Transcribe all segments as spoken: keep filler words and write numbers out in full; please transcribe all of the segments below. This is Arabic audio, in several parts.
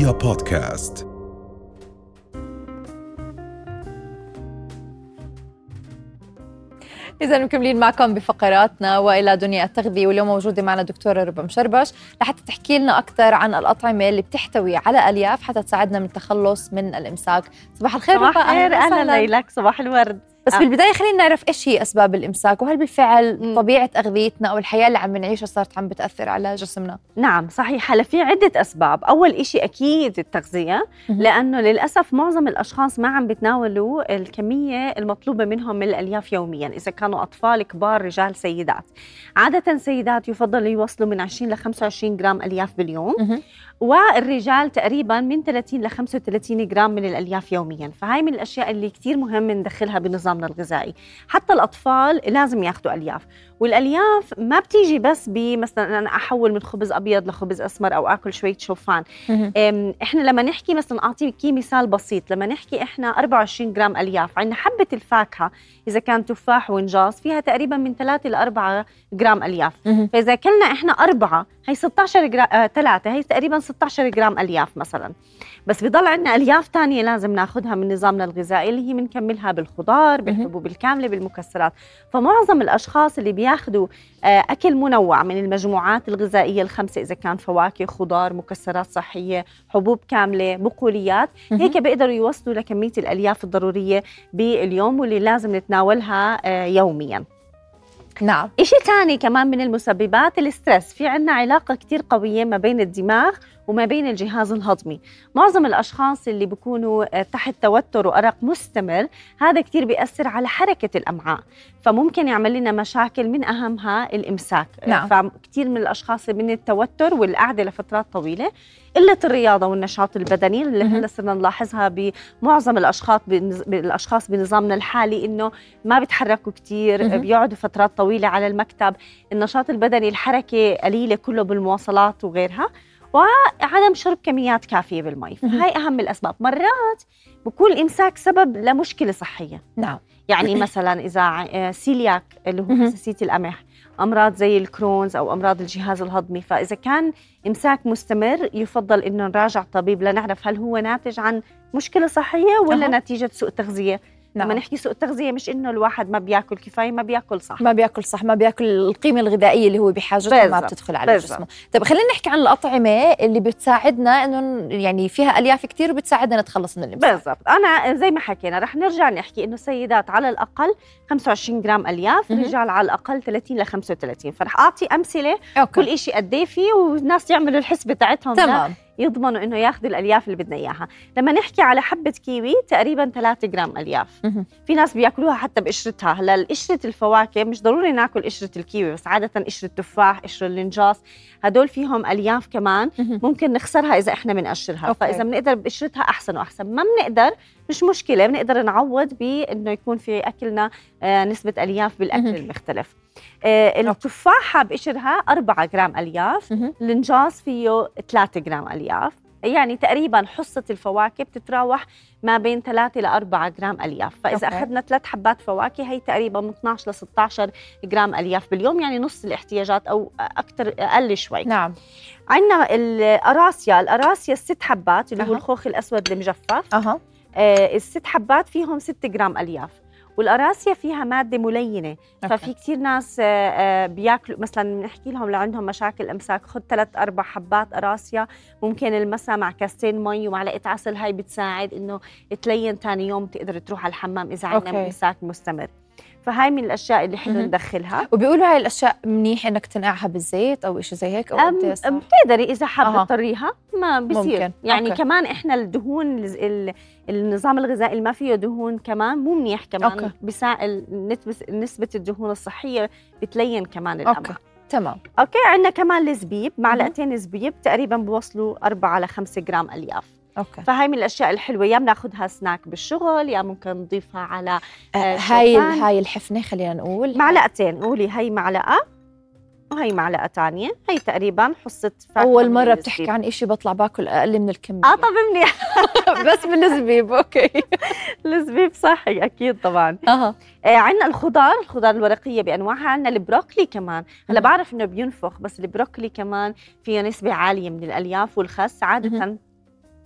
رؤيا بودكاست. إذا مكملين معكم بفقراتنا وإلى دنيا التغذية، واليوم موجودة معنا دكتورة ربا مشربش لحتى تحكي لنا أكثر عن الأطعمة اللي بتحتوي على ألياف حتى تساعدنا من التخلص من الإمساك. صباح الخير ربا. صباح الخير، أهلا ليلك، صباح الورد. بس آه. بالبداية خلينا نعرف إيش هي أسباب الإمساك، وهل بالفعل م. طبيعة أغذيتنا أو الحياة اللي عم نعيشها صارت عم بتأثر على جسمنا؟ نعم صحيح. هلا في عدة أسباب. أول إشي أكيد التغذية، م. لأنه للأسف معظم الأشخاص ما عم بتناولوا الكمية المطلوبة منهم من الألياف يوميا، إذا كانوا أطفال، كبار، رجال، سيدات. عادة سيدات يفضل يوصلوا من عشرين لخمسة وعشرين جرام ألياف باليوم، م. والرجال تقريباً من ثلاثين لخمسة وثلاثين جرام من الألياف يومياً. فهاي من الأشياء اللي كتير مهم ندخلها بنظامنا الغذائي. حتى الأطفال لازم ياخدوا ألياف، والألياف ما بتيجي بس بمثلاً أنا أحول من خبز أبيض لخبز أسمر أو أكل شوية شوفان. إحنا لما نحكي مثلاً أعطيكي مثال بسيط، لما نحكي إحنا أربعة وعشرين جرام ألياف، عندنا حبة الفاكهة إذا كان تفاح ونجاص فيها تقريباً من ثلاثة لأربعة جرام ألياف. فإذا كلنا إحنا أربعة هي ستة عشر جرام، آه، ثلاثة هي تقريباً ستة عشر جرام ألياف مثلاً. بس بيضل عندنا ألياف تانية لازم ناخدها من نظامنا الغذائي، اللي هي بنكملها بالخضار، بالحبوب الكاملة، بالمكسرات. فمعظم الأشخاص اللي بياخدوا آه، أكل منوع من المجموعات الغذائية الخمسة، إذا كان فواكه، خضار، مكسرات صحية، حبوب كاملة، بقوليات، هيك بيقدروا يوصلوا لكمية الألياف الضرورية باليوم واللي لازم نتناولها آه، يومياً. نعم. إشي تاني كمان من المسببات الستريس. في عنا علاقة كتير قوية ما بين الدماغ وما بين الجهاز الهضمي. معظم الأشخاص اللي بيكونوا تحت توتر وأرق مستمر، هذا كتير بيأثر على حركة الأمعاء، فممكن يعمل لنا مشاكل من أهمها الإمساك. نعم. فكتير من الأشخاص من التوتر والقعدة لفترات طويلة، قلة الرياضة والنشاط البدني اللي هلا صرنا نلاحظها بمعظم الأشخاص بالأشخاص بنظامنا الحالي، إنه ما بيتحركوا كتير، بيقعدوا فترات طويلة على المكتب. النشاط البدني، الحركة قليلة كله بالمواصلات وغيرها، وعدم شرب كميات كافية بالماء. فهي أهم الأسباب. مرات بكون الإمساك سبب لمشكلة صحية. نعم. يعني مثلا إذا سيلياك اللي هو حساسية القمح، أمراض زي الكرونز أو أمراض الجهاز الهضمي، فإذا كان إمساك مستمر يفضل إنه نراجع طبيب لنعرف هل هو ناتج عن مشكلة صحية ولا أه. نتيجة سوء تغذية. نعم. لما نحكي سوء التغذية مش إنه الواحد ما بياكل كفاية، ما بياكل صح ما بياكل صح ما بياكل القيمة الغذائية اللي هو بحاجتها، ما بتدخل على بالزبط. جسمه. طيب خلينا نحكي عن الأطعمة اللي بتساعدنا إنه يعني فيها ألياف كتير وبتساعدنا نتخلص من الإمساك. بالضبط. أنا زي ما حكينا رح نرجع نحكي إنه السيدات على الأقل خمسة وعشرين جرام ألياف، الرجال على الأقل ثلاثين لخمسة وثلاثين. فرح أعطي أمثلة أوكي. كل إشي قد إيه فيه، والناس يعملوا الحسبة تاعتهم. تمام. يضمنوا إنه ياخذوا الألياف اللي بدنا إياها. لما نحكي على حبة كيوي تقريباً ثلاثة جرام ألياف. في ناس بياكلوها حتى بقشرتها. هلا قشرة الفواكه مش ضروري ناكل قشرة الكيوي، بس عادة قشرة التفاح، قشر النجاص، هدول فيهم ألياف كمان ممكن نخسرها إذا إحنا بنقشرها. فإذا بنقدر بقشرتها أحسن وأحسن. ما بنقدر مش مشكلة، بنقدر نعوض بإنه يكون في أكلنا آه نسبة ألياف بالأكل المختلف. آه التفاحة بقشرها أربعة جرام ألياف، النجاص فيه ثلاثة جرام ألياف. يعني تقريباً حصة الفواكه بتتراوح ما بين ثلاثة لأربعة جرام ألياف. فإذا أوكي. أخذنا ثلاث حبات فواكه هي تقريباً من اثني عشر لستة عشر جرام ألياف باليوم، يعني نص الاحتياجات أو أكثر أقل شوي. نعم. عندنا الأراسيا، الأراسيا الست حبات اللي أه. هو الخوخ الأسود المجفف. أه. آه الست حبات فيهم ستة جرام ألياف. والأراسيا فيها مادة ملينة. أوكي. ففي كتير ناس بياكلوا مثلا نحكي لهم لعندهم مشاكل إمساك، خد ثلاث أربع حبات أراسيا ممكن المساء مع كاستين مي ومعلقة عسل، هاي بتساعد إنه تلين تاني يوم تقدر تروح على الحمام إذا عندنا إمساك مستمر. فهاي من الأشياء اللي حلو ندخلها. وبيقولوا هاي الأشياء منيح إنك تنقعها بالزيت أو إشي زي هيك، أو بتقدري إذا حابة تطريها ما بصير. ممكن. يعني أوكي. كمان إحنا الدهون النظام الغذائي اللي ما فيه دهون كمان مو منيح كمان. أوكي. بيساعد نسبة الدهون الصحية بتلين كمان الأمعاء. أوكي. تمام. أوكي. عندنا كمان الزبيب، معلقتين زبيب تقريبا بوصلوا أربعة لخمسة جرام ألياف. أوكي. فهاي من الأشياء الحلوة، يا بناخدها سناك بالشغل، يا ممكن نضيفها على آه هاي هاي الحفنة. خلينا نقول معلقتين، قولي هاي معلقة وهي معلقة تانية. هي تقريبا حصة فاكهة. أول مرة بتحكي عن إشي بطلع باكل أقل من الكمية. آه طب منيح. بس بالزبيب. أوكي. الزبيب صحي أكيد طبعا. أها. آه عندنا الخضار، الخضار الورقية بأنواعها. عندنا البروكلي كمان. هلا بعرف إنه بينفخ، بس البروكلي كمان فيه نسبة عالية من الألياف والخس. عادة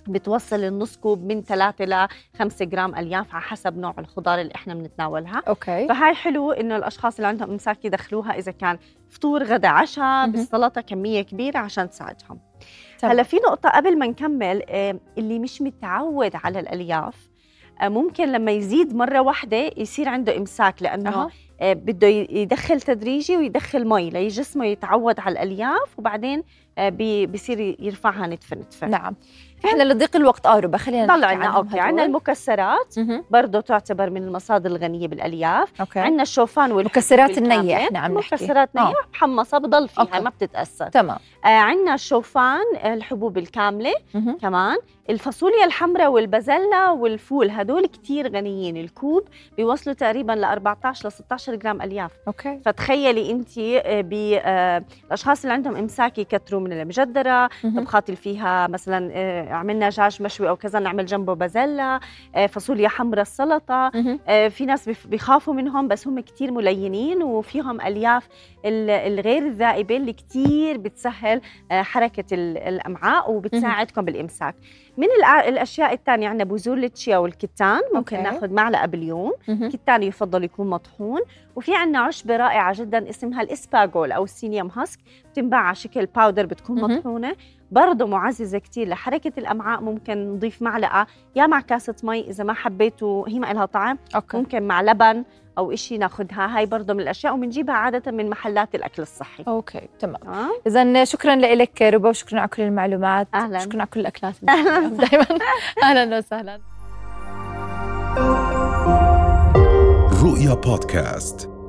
بتوصل النص كوب من ثلاثة ل خمسة جرام ألياف على حسب نوع الخضار اللي احنا بنتناولها. اوكي. فهاي حلو انه الاشخاص اللي عندهم امساك يدخلوها اذا كان فطور غدا عشاء بالسلطه كميه كبيره عشان تساعدهم. هلا في نقطه قبل ما نكمل، اللي مش متعود على الالياف ممكن لما يزيد مره واحده يصير عنده امساك، لانه أه. بده يدخل تدريجي ويدخل مي لجسمه يتعود على الالياف، وبعدين بيصير يرفعها نتفه نتفه. نعم. احنا لضيق الوقت قاربه خلينا ضل عندنا اوكي. عندنا المكسرات برضه تعتبر من المصادر الغنيه بالالياف. عندنا الشوفان والمكسرات النيه، احنا عم نحكي مكسرات نيه محمصه بضل فيها أوكي. ما بتتاثر. تمام. آه عندنا الشوفان، الحبوب الكامله مه. كمان الفاصوليا الحمراء والبازلاء والفول، هدول كتير غنيين. الكوب بيوصلوا تقريبا ل أربعطعش ل ستطعش جرام الياف. اوكي. فتخيلي انت بالاشخاص اللي عندهم امساك يكتروا من المجدره، طبخات اللي فيها مثلا آه عملنا دجاج مشوي او كذا نعمل جنبه بازلاء، آه فاصوليا حمراء السلطه. آه في ناس بيخافوا منهم بس هم كتير ملينين وفيهم الياف الغير الذائبه اللي كتير بتسهل آه حركه الامعاء وبتساعدكم بالامساك. من الاشياء الثانيه عندنا بذور التشيا والكتان، ممكن أوكي. ناخذ معلقه باليوم. الكتان يفضل يكون مطحون. وفي عندنا عشبه رائعه جدا اسمها الاسباغول او السينيوم هاسك، بتنباع على شكل باودر بتكون مطحونه، برضه معززه كتير لحركه الامعاء. ممكن نضيف معلقه يا مع كاسه مي اذا ما حبيتوا، هي ما لها طعم أوكي. ممكن مع لبن او إشي ناخذها. هاي برضه من الاشياء وبنجيبها عاده من محلات الاكل الصحي. اوكي تمام. آه. اذا شكرا لك ربا، وشكرا على كل المعلومات. أهلاً. شكرا على كل الاكلات دائما. اهلا وسهلا. رؤيا بودكاست.